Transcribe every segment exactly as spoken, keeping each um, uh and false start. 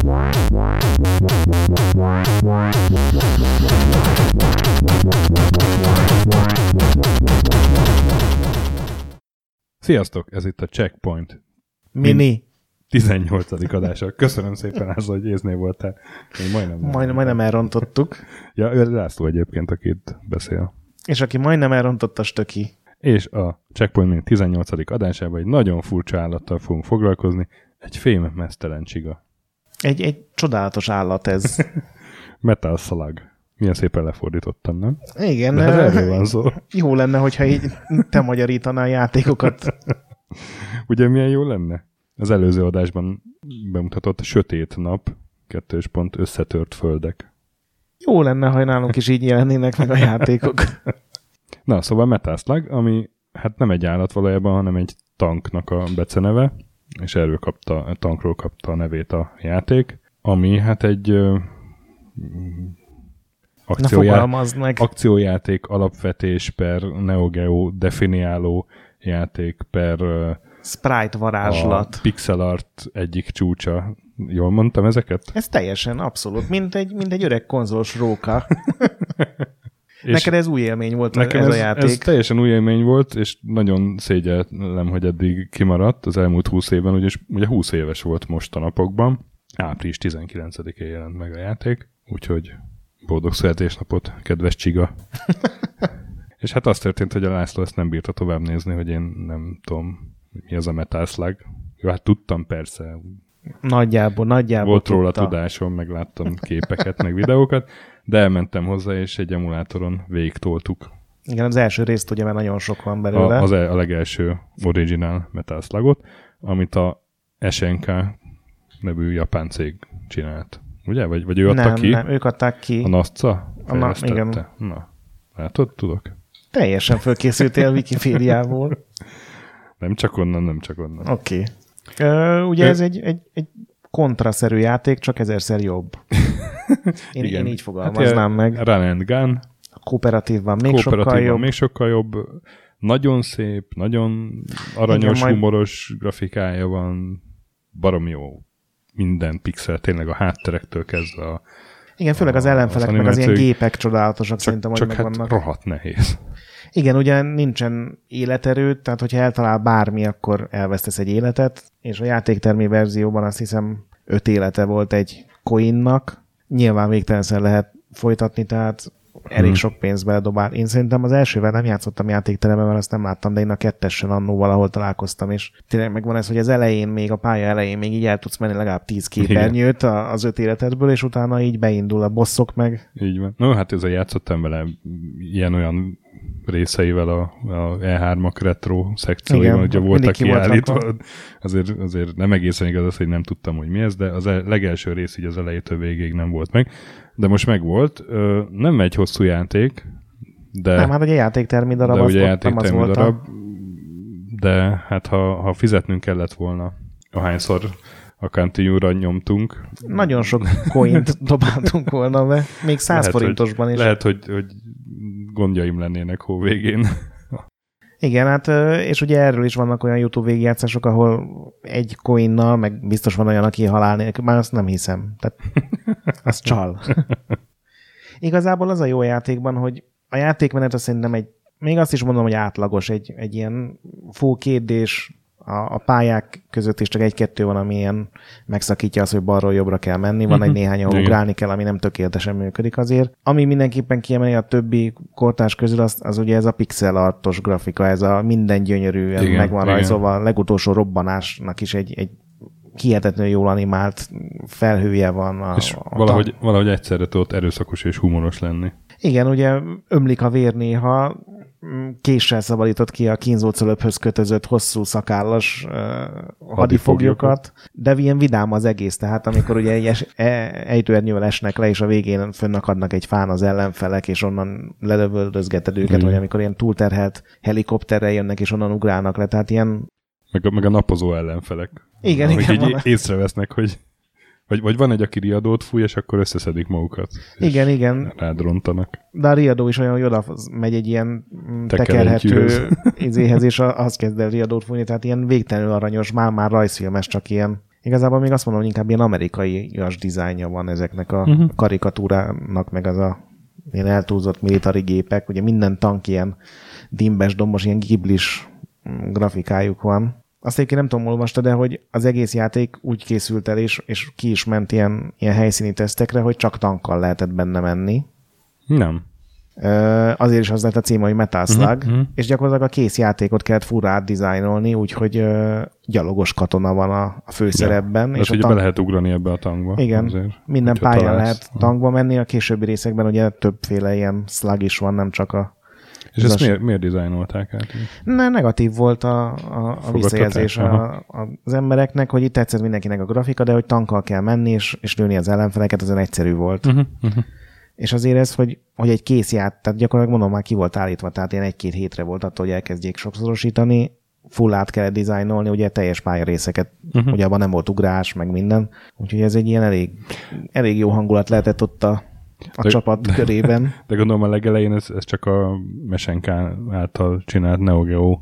Sziasztok, ez itt a Checkpoint Mini tizennyolcadik adása. Köszönöm szépen, László, hogy észnél voltál. Majdnem, majdnem, majdnem elrontottuk. Ja, ő László egyébként, aki itt beszél. És aki majdnem elrontotta, Stöki. És a Checkpoint Mini tizennyolcadik adásában egy nagyon furcsa állattal fogunk foglalkozni, egy fémmeztelen csiga. Egy, egy csodálatos állat ez. Metal Slug. Milyen szépen lefordítottam, nem? Igen. De hát erről van szó. Jó lenne, hogyha így te magyarítanál a játékokat. Ugye milyen jó lenne? Az előző adásban bemutatott a Sötét Nap, kettős pont összetört földek. Jó lenne, ha nálunk is így jelennének meg a játékok. Na, szóval Metal Slug, ami hát nem egy állat valójában, hanem egy tanknak a beceneve, és erről kapta, a tankról kapta a nevét a játék, ami hát egy ö, akciójá... akciójáték, alapvetés per Neo Geo definiáló játék per sprite varázslat. A pixel art egyik csúcsa. Jól mondtam ezeket? Ez teljesen, abszolút. Mint egy, mint egy öreg konzolos róka. Neked ez új élmény volt ez, ez a játék? Ez teljesen új élmény volt, és nagyon szégyellem, hogy eddig kimaradt az elmúlt húsz évben, ugye, ugye húsz éves volt most a napokban. április tizenkilencedikén jelent meg a játék, úgyhogy boldog születésnapot, kedves csiga. És hát az történt, hogy a László ezt nem bírta tovább nézni, hogy én nem tudom, mi az a Metal Slug. Jó, hát tudtam persze. Nagyjából, nagyjából volt tudta. róla tudásom, meg láttam képeket, meg videókat, de elmentem hozzá, és egy emulátoron végigtoltuk. Igen, az első részt ugye, mert nagyon sok van belőle. A, az a legelső original Metal Slugot, amit a es en ká nevű japán cég csinált. Ugye? Vagy, vagy ő adta nem, ki? Nem, ők adták ki. A NASCA fejlesztette? Igen. Na, látod, tudok. Teljesen fölkészültél a Wikipédiából. Nem csak onnan, nem csak onnan. Oké. Okay. Ugye Ö... ez egy, egy, egy kontraszerű játék, csak ezerszer jobb. Én, én így fogalmaznám hát, meg. Run and gun. Kooperatívban még sokkal jobb. még sokkal jobb. Nagyon szép, nagyon aranyos, igen, humoros majd... grafikája van. Baromi jó. Minden pixel, tényleg a hátterektől kezdve a... Igen, főleg az ellenfelek, az meg az ilyen gépek csodálatosak csak, szerintem, hogy csak megvannak. Csak hát rohadt nehéz. Igen, ugye nincsen életerő, tehát hogyha eltalál bármi, akkor elvesztesz egy életet, és a játéktermi verzióban azt hiszem öt élete volt egy coinnak. Nyilván végtelenszer lehet folytatni, tehát elég hmm. sok pénzt beledobál. Én szerintem az elsővel nem játszottam játékteremben, mert azt nem láttam, de én a kettessel annó valahol találkoztam, és tényleg megvan ez, hogy az elején, még a pálya elején még így el tudsz menni legalább tíz képernyőt az öt életedből, és utána így beindul a bosszok meg. Így van. No, hát ez a játszottam vele ilyen-olyan részeivel a, a E hármak retro szekcióiban, ugye voltak kiállítva. Azért, azért nem egészen igaz az, hogy nem tudtam, hogy mi ez, de az legelső rész így az elejétől végéig nem volt meg. De most megvolt. Nem egy hosszú játék, de... Nem, hát ugye játéktermi darab, de az ugye ott nem az volt darab, a... de hát ha, ha fizetnünk kellett volna, ahányszor a Continue-ra nyomtunk... Nagyon sok coint dobáltunk volna be, még száz lehet, forintosban hogy, is. Lehet, hogy, hogy gondjaim lennének hó végén. Igen, hát és ugye erről is vannak olyan YouTube végigjátszások, ahol egy coinnal, meg biztos van olyan, aki halál nélkül, már azt nem hiszem. Tehát az csal. Igazából az a jó játékban, hogy a játékmenet azt szerintem egy, még azt is mondom, hogy átlagos, egy, egy ilyen full kétdés, a, a pályák között is csak egy-kettő van, ami ilyen megszakítja azt, hogy balról jobbra kell menni, van egy néhány, ahol ugrálni kell, ami nem tökéletesen működik azért. Ami mindenképpen kiemeli a többi kortárs közül, az, az ugye ez a pixel artos grafika, ez a minden gyönyörű, ez meg van rajzolva, a legutolsó robbanásnak is egy, egy hihetetlenül jól animált felhője van. A, és a valahogy, tam- valahogy egyszerre tudott erőszakos és humoros lenni. Igen, ugye ömlik a vér néha, késsel szabadított ki a kínzócölöphöz kötözött hosszú szakállas uh, hadifoglyokat, de ilyen vidám az egész, tehát amikor ugye egy es- e- ejtőernyővel esnek le, és a végén fönnakadnak egy fán az ellenfelek, és onnan lelövöldözgeted őket, mm. vagy amikor ilyen túlterhelt helikopterrel jönnek, és onnan ugrálnak le, tehát ilyen... Meg a, meg a napozó ellenfelek. Igen, ahogy igen. így észrevesznek, hogy Vagy, vagy van egy, aki riadót fúj, és akkor összeszedik magukat. Igen, igen. Rád rontanak. De a riadó is olyan, hogy oda megy egy ilyen tekerhető izéhez, és az kezd el riadót fújni, tehát ilyen végtelenül aranyos, már-már rajzfilmes, csak ilyen, Igazából még azt mondom, hogy inkább ilyen amerikai-as dizájnja van ezeknek a uh-huh. karikatúrának, meg az a ilyen eltúlzott militari gépek. Ugye minden tank ilyen dimbes, dombos, ilyen giblis grafikájuk van. Azt egyébként nem tudom, olvasta, de hogy az egész játék úgy készült el, és, és ki is ment ilyen, ilyen helyszíni tesztekre, hogy csak tankkal lehetett benne menni. Nem. Azért is az lett a címe, hogy Metal Slug, uh-huh. és gyakorlatilag a kész játékot kellett furra átdizájnolni, úgyhogy uh, gyalogos katona van a, a főszerepben. Ja, és ugye tank... be lehet ugrani ebbe a tankba. Igen, azért, minden pályán találsz. Lehet tankba menni, a későbbi részekben ugye többféle ilyen slug is van, nem csak a... És ezt miért, miért dizájnolták át? Ne, negatív volt a, a, a visszajelzés a, a, az embereknek, hogy itt tetszett mindenkinek a grafika, de hogy tankkal kell menni, és, és lőni az ellenfeleket, ezen egyszerű volt. Uh-huh, uh-huh. És azért ez, hogy, hogy egy kész ját, tehát gyakorlatilag mondom, már ki volt állítva, tehát ilyen egy-két hétre volt attól, hogy elkezdjék sokszorosítani, full át kellett dizájnolni, ugye teljes pályarészeket, uh-huh. ugye abban nem volt ugrás, meg minden, úgyhogy ez egy ilyen elég, elég jó hangulat lehetett ott a, a de, csapat de, körében. De gondolom a legelején ez, ez csak a Mesenkán által csinált Neo Geo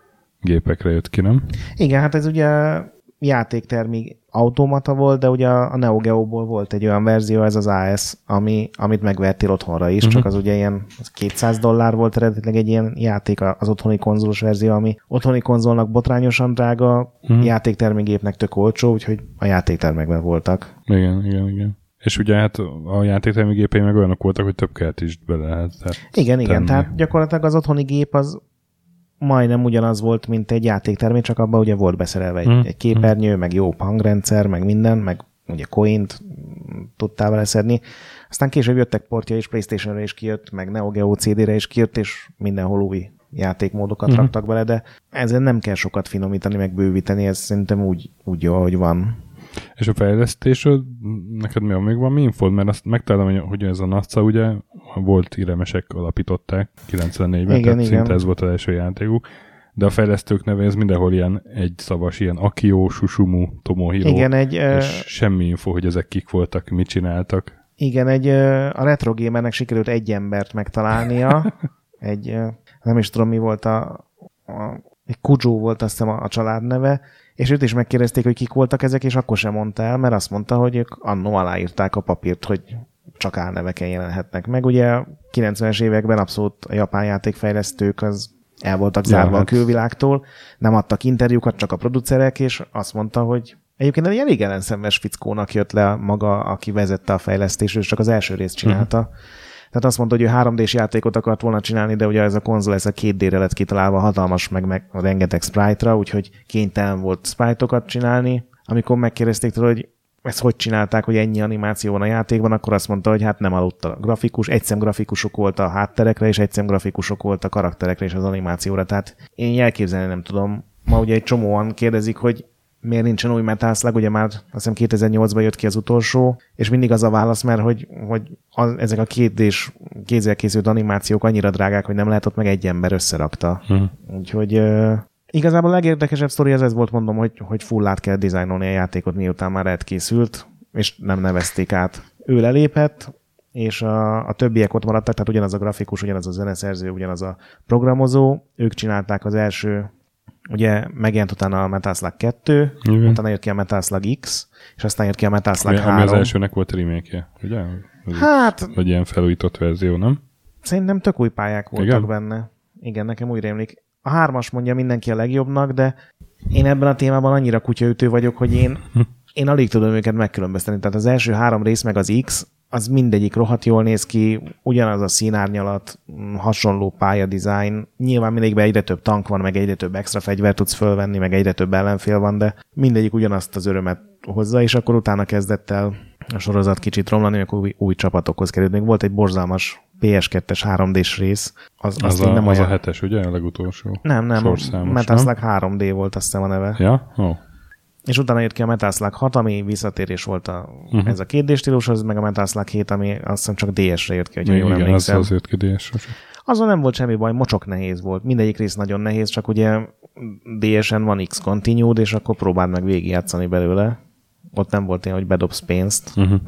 gépekre jött ki, nem? Igen, hát ez ugye játéktermi automata volt, de ugye a Neo Geo-ból volt egy olyan verzió, ez az á es, ami, amit megvettél otthonra is, uh-huh. csak az ugye ilyen kétszáz dollár volt eredetileg egy ilyen játék, az otthoni konzolos verzió, ami otthoni konzolnak botrányosan drága, uh-huh. játéktermi gépnek tök olcsó, úgyhogy a játéktermekben voltak. Igen, igen, igen. És ugye hát a játéktermi gépei meg olyanok voltak, hogy több kert is bele lehet. Igen, tenni. Igen, tehát gyakorlatilag az otthoni gép az majdnem ugyanaz volt, mint egy játéktermék, csak abban ugye volt beszerelve egy, hmm. egy képernyő, meg jó hangrendszer, meg minden, meg ugye coint tudtál vele szedni. Aztán később jöttek portja is, PlayStation-re is kijött, meg Neo Geo cé dére is kijött, és mindenhol új játékmódokat hmm. raktak bele, de ezzel nem kell sokat finomítani, meg bővíteni, ez szerintem úgy, úgy jó, ahogy van. És a fejlesztésről neked mi, még van mi infód? Mert azt megtalálom, hogy ez a NACA ugye volt íremesek alapították kilencvennégyben, igen, tehát igen. Szinte ez volt az első játékuk. De a fejlesztők neve ez mindenhol ilyen egyszavas, ilyen Akio, Susumu, Tomohiro, igen, egy, és uh, semmi info, hogy ezek kik voltak, mit csináltak. Igen, egy, a retro gamernek sikerült egy embert megtalálnia, egy, nem is tudom mi volt a, a egy Kujo volt azt hiszem a, a család neve, és őt is megkérdezték, hogy kik voltak ezek, és akkor sem mondta el, mert azt mondta, hogy ők annó aláírták a papírt, hogy csak álneveken jelenhetnek meg. Ugye a kilencvenes években abszolút a japán játékfejlesztők az el voltak zárva ja, a külvilágtól, nem adtak interjúkat, csak a producerek, és azt mondta, hogy egyébként egy elég ellenszenves fickónak jött le maga, aki vezette a fejlesztést, és csak az első részt csinálta. Uh-huh. Tehát azt mondta, hogy ő három dés játékot akart volna csinálni, de ugye ez a konzol, ez a két dére lett kitalálva hatalmas, meg, meg rengeteg sprite-ra, úgyhogy kénytelen volt sprite-okat csinálni. Amikor megkérdezték tőle, hogy ezt hogy csinálták, hogy ennyi animáció van a játékban, akkor azt mondta, hogy hát nem aludt a grafikus, egyszem grafikusok volt a hátterekre, és egyszem grafikusok volt a karakterekre és az animációra. Tehát én elképzelni nem tudom. Ma ugye egy csomóan kérdezik, hogy miért nincsen új Metal Slug, ugye már azt hiszem kétezer-nyolcban jött ki az utolsó, és mindig az a válasz, mert hogy, hogy az, ezek a kétdés kézzel készült animációk annyira drágák, hogy nem lehet ott meg egy ember összerakta. Hmm. Úgyhogy uh, igazából a legérdekesebb sztori ez, ez volt, mondom, hogy, hogy full át kell dizájnolni a játékot, miután már elkészült, és nem nevezték át. Ő lelépett, és a, a többiek ott maradtak, tehát ugyanaz a grafikus, ugyanaz a zeneszerző, ugyanaz a programozó, ők csinálták az első. Ugye megjelent utána a Metal Slug kettő, igen. Utána jött ki a Metal Slug X, és aztán jött ki a Metal Slug három. Ami az elsőnek volt remake-je, ugye? Az hát... Vagy ilyen felújított verzió, nem? Szerintem tök új pályák voltak igen? benne. Igen, nekem úgy rémlik. A hármas mondja mindenki a legjobbnak, de én ebben a témában annyira kutyaütő vagyok, hogy én, én alig tudom őket megkülönböztetni. Tehát az első három rész meg az X, az mindegyik rohadt jól néz ki, ugyanaz a színárnyalat, hasonló pályadizájn. Nyilván mindegyikben egyre több tank van, meg egyre több extra fegyvert tudsz fölvenni, meg egyre több ellenfél van, de mindegyik ugyanazt az örömet hozza, és akkor utána kezdett el a sorozat kicsit romlani, akkor új, új csapatokhoz került. Még volt egy borzalmas pé es kettes három dés rész. Az, az, a, nem az olyan... a hetes, ugye? A legutolsó. Nem, nem. Metal Slug három dé volt, azt hiszem a neve. Ja? Ó. Oh. És utána jött ki a Metal Slug hat, ami visszatérés volt a, uh-huh. ez a két dé stílus, az meg a Metal Slug hét, ami azt hiszem csak dé esre jött ki, hogyha jól emlékszem. Igen, az jött ki dé esre. Azon nem volt semmi baj, mocsok nehéz volt. Mindegyik rész nagyon nehéz, csak ugye dé esen van X Continued, és akkor próbáld meg végigjátszani belőle. Ott nem volt ilyen, hogy bedobsz pénzt. Uh-huh.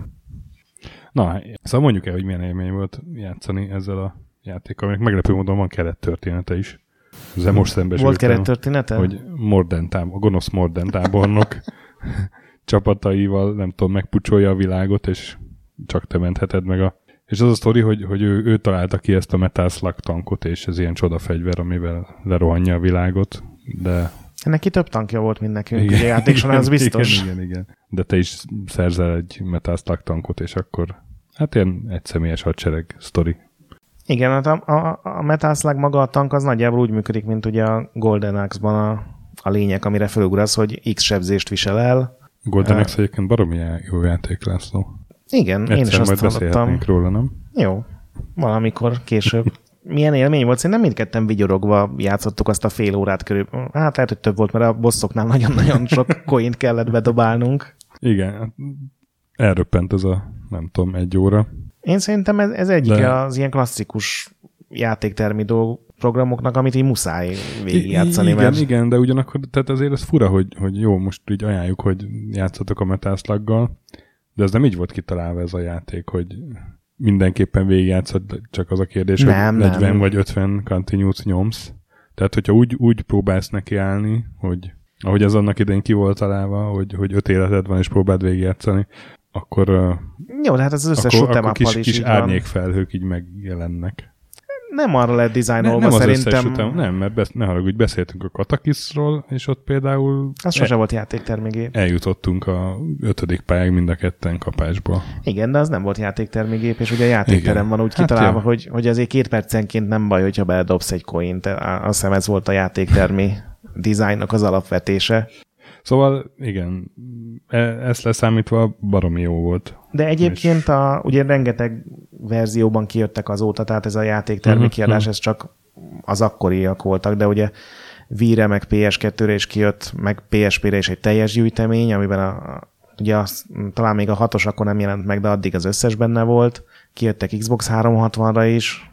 Na, szóval mondjuk el, hogy milyen élmény volt játszani ezzel a játékkal, aminek meglepő módon van kerettörténete is. Ezzel most szembesültem. Volt kerettörténete? Hogy Mordentám, a gonosz Mordent tábornok csapataival, nem tudom, megpucsolja a világot, és csak te mentheted meg a... És az a sztori, hogy, hogy ő, ő találta ki ezt a Metal Slug tankot, és ez ilyen csodafegyver, amivel lerohanja a világot, de... Neki több tankja volt, mint nekünk, igen, ugye játék során, az biztos. Igen, igen, igen. De te is szerzel egy Metal Slug tankot, és akkor hát ilyen egyszemélyes hadsereg sztori. Igen, hát a, a, a Metal Slug maga a tank az nagyjából úgy működik, mint ugye a Golden Axe-ban a, a lények, amire fölugrasz, hogy X sebzést visel el. Golden Axe uh, egyébként baromi jó játék, László. Igen, egyszer én is azt majd beszélhetnénk róla, nem? Jó, valamikor később. Milyen élmény volt? Szerintem mindketten vigyorogva játszottuk azt a fél órát körül. Hát lehet, hogy több volt, mert a bosszoknál nagyon-nagyon sok coint kellett bedobálnunk. Igen, elröppent ez a, nem tudom, egy óra. Én szerintem ez, ez egyik De... az ilyen klasszikus játéktermidó programoknak, amit így muszáj végigjátszani. Igen, mert... igen, de ugyanakkor tehát azért ez fura, hogy, hogy jó, most így ajánljuk, hogy játszatok a Metal Sluggal, de ez nem így volt kitalálva ez a játék, hogy mindenképpen végigjátszod, csak az a kérdés, nem, hogy negyven nem. vagy ötven continues nyomsz. Tehát, hogyha úgy, úgy próbálsz nekiállni, hogy ahogy ez annak idején ki volt találva, hogy, hogy öt életed van, és próbáld végigjátszani, akkor, jó, de hát ez az összes akkor, akkor kis, is kis árnyékfelhők így megjelennek. Nem arra lett dizájnolva, ne, nem szerintem. Az utam, nem, mert besz, ne haragudj, beszéltünk a Katakisról, és ott például... Az sose el, volt játéktermégép. Eljutottunk a ötödik pályáig mind a ketten kapásba. Igen, de az nem volt játéktermégép, és ugye a játékterem van úgy kitalálva, hát hogy, hogy azért két percenként nem baj, hogyha beledobsz egy coint. Azt hiszem ez volt a játéktermi dizájnnak az alapvetése. Szóval igen, ezt leszámítva baromi jó volt. De egyébként a, ugye rengeteg verzióban kijöttek azóta, tehát ez a játéktermi uh-huh, kiadás, uh-huh. ez csak az akkoriak voltak, de ugye Wii-re, meg pé es kettőre is kijött, meg pé es pé-re is egy teljes gyűjtemény, amiben a, ugye az, talán még a hatos akkor nem jelent meg, de addig az összes benne volt. Kijöttek Xbox háromszázhatvanra is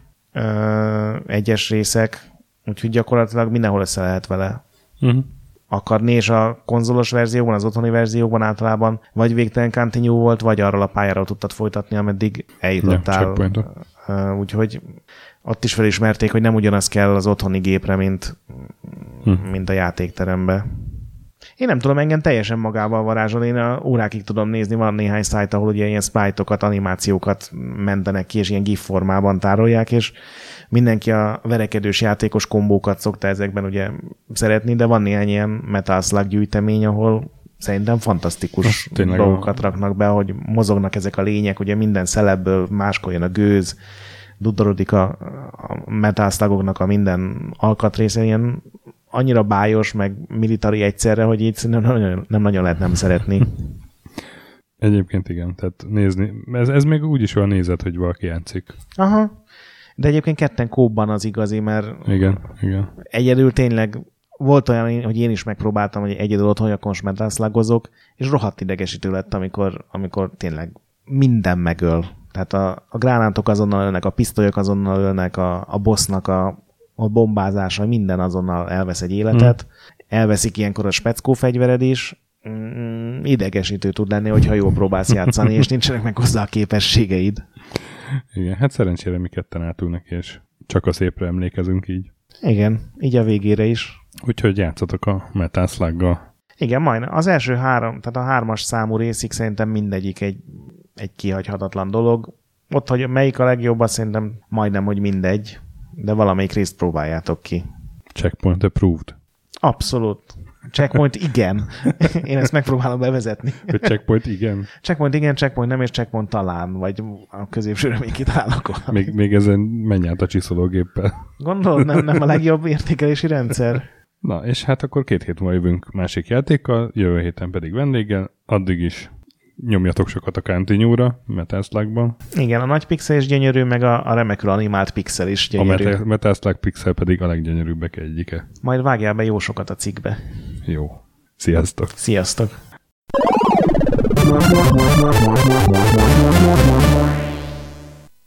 ö, egyes részek, úgyhogy gyakorlatilag mindenhol össze lehet vele uh-huh. akarni, és a konzolos verzióban, az otthoni verzióban általában vagy végtelen continue volt, vagy arról a pályáról tudtad folytatni, ameddig eljutottál. Ja, úgyhogy ott is felismerték, hogy nem ugyanaz kell az otthoni gépre, mint, hm. mint a játékterembe. Én nem tudom, engem teljesen magával varázsol, én a órákig tudom nézni, van néhány szájt, ahol ugye ilyen sprite-okat, animációkat mentenek ki, és ilyen GIF formában tárolják, és mindenki a verekedős játékos kombókat szokta ezekben ugye szeretni, de van néhány ilyen Metal Slug gyűjtemény, ahol szerintem fantasztikus dolgokat raknak be, hogy mozognak ezek a lények, ugye minden szelebből máskor jön a gőz, dudorodik a, a Metal Slugoknak a minden alkatrésze, ilyen annyira bájos, meg militari egyszerre, hogy így nem nagyon, nem nagyon lehet nem szeretni. Egyébként igen, tehát nézni, ez, ez még úgy is olyan nézet, hogy valaki játszik. Aha, de egyébként ketten kóban az igazi, mert igen, igen. egyedül tényleg volt olyan, hogy én is megpróbáltam, hogy egyedül otthon jakons Metal Slugozok, és rohadt idegesítő lett, amikor, amikor tényleg minden megöl. Tehát a, a gránátok azonnal ölnek, a pisztolyok azonnal ölnek, a, a bossnak a, a bombázása, minden azonnal elvesz egy életet. Hmm. Elveszik ilyenkor a speckó fegyvered is. Mm, idegesítő tud lenni, hogyha jól próbálsz játszani, és nincsenek meg hozzá a képességeid. Igen, hát szerencsére mi ketten álltunk neki, és csak a szépre emlékezünk így. Igen, így a végére is. Úgyhogy játszatok a Metal Sluggal. Igen, majdnem. Az első három, tehát a hármas számú részig szerintem mindegyik egy, egy kihagyhatatlan dolog. Ott, hogy melyik a legjobb, azt szerintem majdnem, hogy mindegy, de valamelyik részt próbáljátok ki. Checkpoint approved. Abszolút. Checkpoint igen. Én ezt megpróbálom bevezetni. Hogy checkpoint igen? Checkpoint igen, checkpoint nem, és checkpoint talán, vagy a középsőre még kitalálok. Még, még ezen menj át a csiszológéppel. Gondolod, nem, nem a legjobb értékelési rendszer? Na, és hát akkor két hét múlva jövünk másik játékkal, jövő héten pedig vendéggel, addig is nyomjatok sokat a Continue-ra, Metal Slugban. Igen, a nagy pixel is gyönyörű, meg a, a remekül animált pixel is gyönyörű. A Metal, Metal Slug pixel pedig a leggyönyörűbbek egyike. Majd vágjál be jó sokat a cikkbe. Jó. Sziasztok! Sziasztok!